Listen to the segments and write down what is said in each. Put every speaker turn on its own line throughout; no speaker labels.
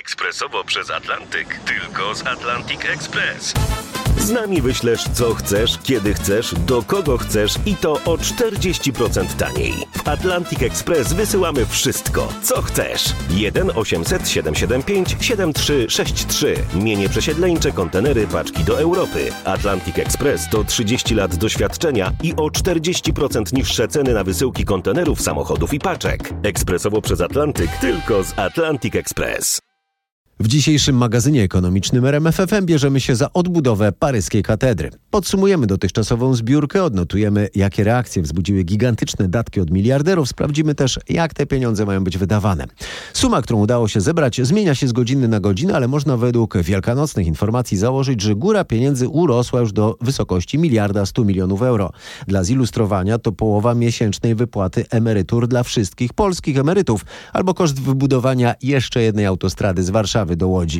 Ekspresowo przez Atlantyk. Tylko z Atlantic Express. Z nami wyślesz co chcesz, kiedy chcesz, do kogo chcesz i to o 40% taniej. W Atlantic Express wysyłamy wszystko, co chcesz. 1 800 775 7363. Mienie przesiedleńcze, kontenery, paczki do Europy. Atlantic Express to 30 lat doświadczenia i o 40% niższe ceny na wysyłki kontenerów, samochodów i paczek. Ekspresowo przez Atlantyk, tylko z Atlantic Express.
W dzisiejszym magazynie ekonomicznym RMF FM bierzemy się za odbudowę paryskiej katedry. Podsumujemy dotychczasową zbiórkę, odnotujemy, jakie reakcje wzbudziły gigantyczne datki od miliarderów, sprawdzimy też, jak te pieniądze mają być wydawane. Suma, którą udało się zebrać, zmienia się z godziny na godzinę, ale można według wielkanocnych informacji założyć, że góra pieniędzy urosła już do wysokości 1 100 000 000 euro. Dla zilustrowania to połowa miesięcznej wypłaty emerytur dla wszystkich polskich emerytów, albo koszt wybudowania jeszcze jednej autostrady z Warszawy do Łodzi.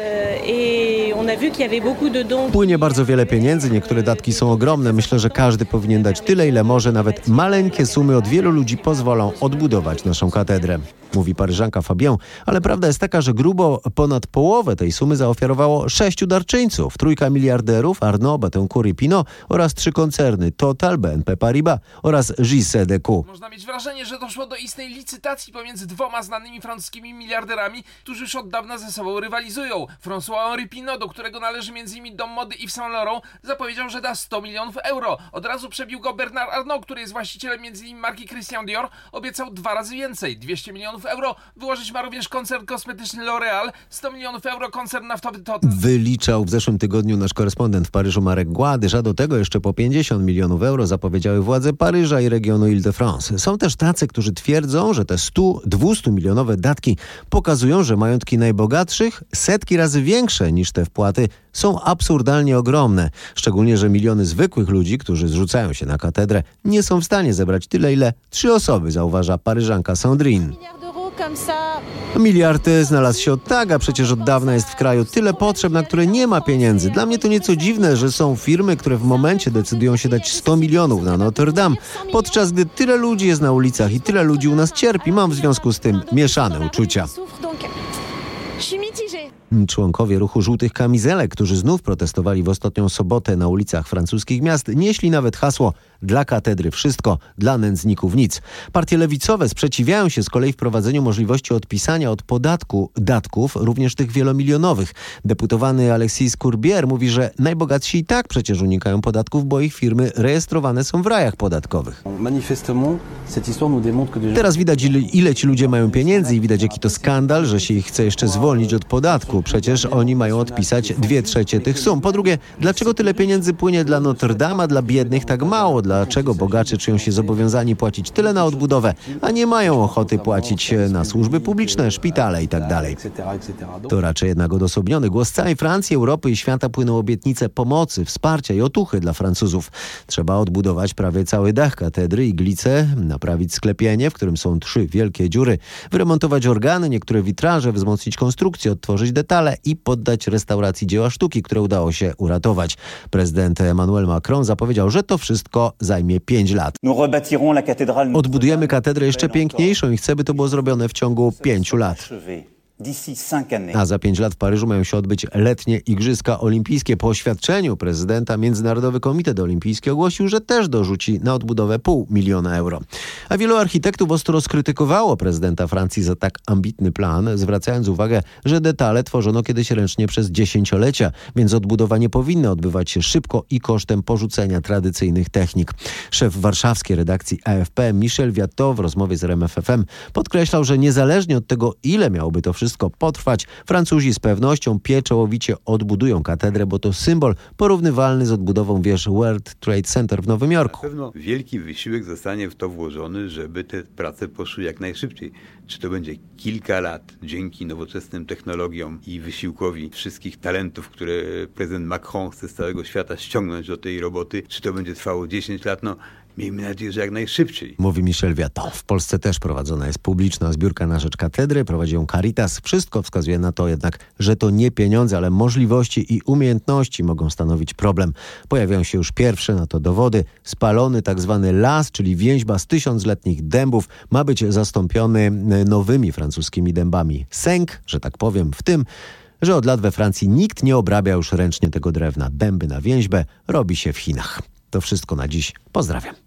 Płynie bardzo wiele pieniędzy, niektóre datki są ogromne. Myślę, że każdy powinien dać tyle, ile może. Nawet maleńkie sumy od wielu ludzi pozwolą odbudować naszą katedrę, mówi Paryżanka Fabien, ale prawda jest taka, że grubo ponad połowę tej sumy zaofiarowało 6 darczyńców. 3 miliarderów, Arnault, Bettencourt i Pinot oraz 3 koncerny, Total, BNP Paribas oraz JCDecaux.
Można mieć wrażenie, że doszło do istnej licytacji pomiędzy 2 znanymi francuskimi miliarderami, którzy już od dawna ze sobą rywalizują. François-Henri Pinault, do którego należy m.in. dom mody Yves Saint Laurent, zapowiedział, że da 100 milionów euro. Od razu przebił go Bernard Arnault, który jest właścicielem m.in. marki Christian Dior, obiecał 2 razy więcej, 200 milionów euro. Wyłożyć ma również koncern kosmetyczny L'Oréal, 100 milionów euro koncern naftowy Total.
Wyliczał w zeszłym tygodniu nasz korespondent w Paryżu Marek Gładysz, a do tego jeszcze po 50 milionów euro zapowiedziały władze Paryża i regionu Ile-de-France. Są też tacy, którzy twierdzą, że te 100-200 milionowe datki pokazują, że majątki najbogatszych setki razy większe niż te wpłaty są absurdalnie ogromne. Szczególnie, że miliony zwykłych ludzi, którzy zrzucają się na katedrę, nie są w stanie zebrać tyle, ile 3 osoby, zauważa Paryżanka Sandrine. Miliard znalazł się od tak, a przecież od dawna jest w kraju tyle potrzeb, na które nie ma pieniędzy. Dla mnie to nieco dziwne, że są firmy, które w momencie decydują się dać 100 milionów na Notre Dame, podczas gdy tyle ludzi jest na ulicach i tyle ludzi u nas cierpi. Mam w związku z tym mieszane uczucia. Członkowie ruchu żółtych kamizelek, którzy znów protestowali w ostatnią sobotę na ulicach francuskich miast, nieśli nawet hasło dla katedry wszystko, dla nędzników nic. Partie lewicowe sprzeciwiają się z kolei wprowadzeniu możliwości odpisania od podatku datków, również tych wielomilionowych. Deputowany Alexis Courbière mówi, że najbogatsi i tak przecież unikają podatków, bo ich firmy rejestrowane są w rajach podatkowych. Teraz widać, ile ci ludzie mają pieniędzy i widać, jaki to skandal, że się ich chce jeszcze zwolnić od podatku. Przecież oni mają odpisać 2/3 tych sum. Po drugie, dlaczego tyle pieniędzy płynie dla Notre Dame, a dla biednych tak mało? Dlaczego bogacze czują się zobowiązani płacić tyle na odbudowę, a nie mają ochoty płacić na służby publiczne, szpitale itd. To raczej jednak odosobniony głos całej Francji, Europy i świata płyną obietnice pomocy, wsparcia i otuchy dla Francuzów. Trzeba odbudować prawie cały dach katedry, iglice, naprawić sklepienie, w którym są 3 wielkie dziury, wyremontować organy, niektóre witraże, wzmocnić konstrukcję, odtworzyć detale i poddać restauracji dzieła sztuki, które udało się uratować. Prezydent Emmanuel Macron zapowiedział, że to wszystko zajmie 5 lat. Odbudujemy katedrę jeszcze piękniejszą i chcę, by to było zrobione w ciągu 5 lat. A za 5 lat w Paryżu mają się odbyć letnie Igrzyska Olimpijskie. Po oświadczeniu prezydenta Międzynarodowy Komitet Olimpijski ogłosił, że też dorzuci na odbudowę 500 000 euro. A wielu architektów ostro skrytykowało prezydenta Francji za tak ambitny plan, zwracając uwagę, że detale tworzono kiedyś ręcznie przez dziesięciolecia, więc odbudowa nie powinna odbywać się szybko i kosztem porzucenia tradycyjnych technik. Szef warszawskiej redakcji AFP Michel Viatot w rozmowie z RMF FM podkreślał, że niezależnie od tego, ile miałoby to wszystko potrwać, Francuzi z pewnością pieczołowicie odbudują katedrę, bo to symbol porównywalny z odbudową wież World Trade Center w Nowym Jorku.
Na pewno wielki wysiłek zostanie w to włożony, żeby te prace poszły jak najszybciej. Czy to będzie kilka lat dzięki nowoczesnym technologiom i wysiłkowi wszystkich talentów, które prezydent Macron chce z całego świata ściągnąć do tej roboty, czy to będzie trwało 10 lat, Miejmy nadzieję, że jak najszybciej.
Mówi Michel Viaton. W Polsce też prowadzona jest publiczna zbiórka na rzecz katedry. Prowadzi ją Caritas. Wszystko wskazuje na to jednak, że to nie pieniądze, ale możliwości i umiejętności mogą stanowić problem. Pojawiają się już pierwsze na to dowody. Spalony tak zwany las, czyli więźba z 1000-letnich dębów, ma być zastąpiony nowymi francuskimi dębami. Sęk, że tak powiem, w tym, że od lat we Francji nikt nie obrabia już ręcznie tego drewna. Dęby na więźbę robi się w Chinach. To wszystko na dziś. Pozdrawiam.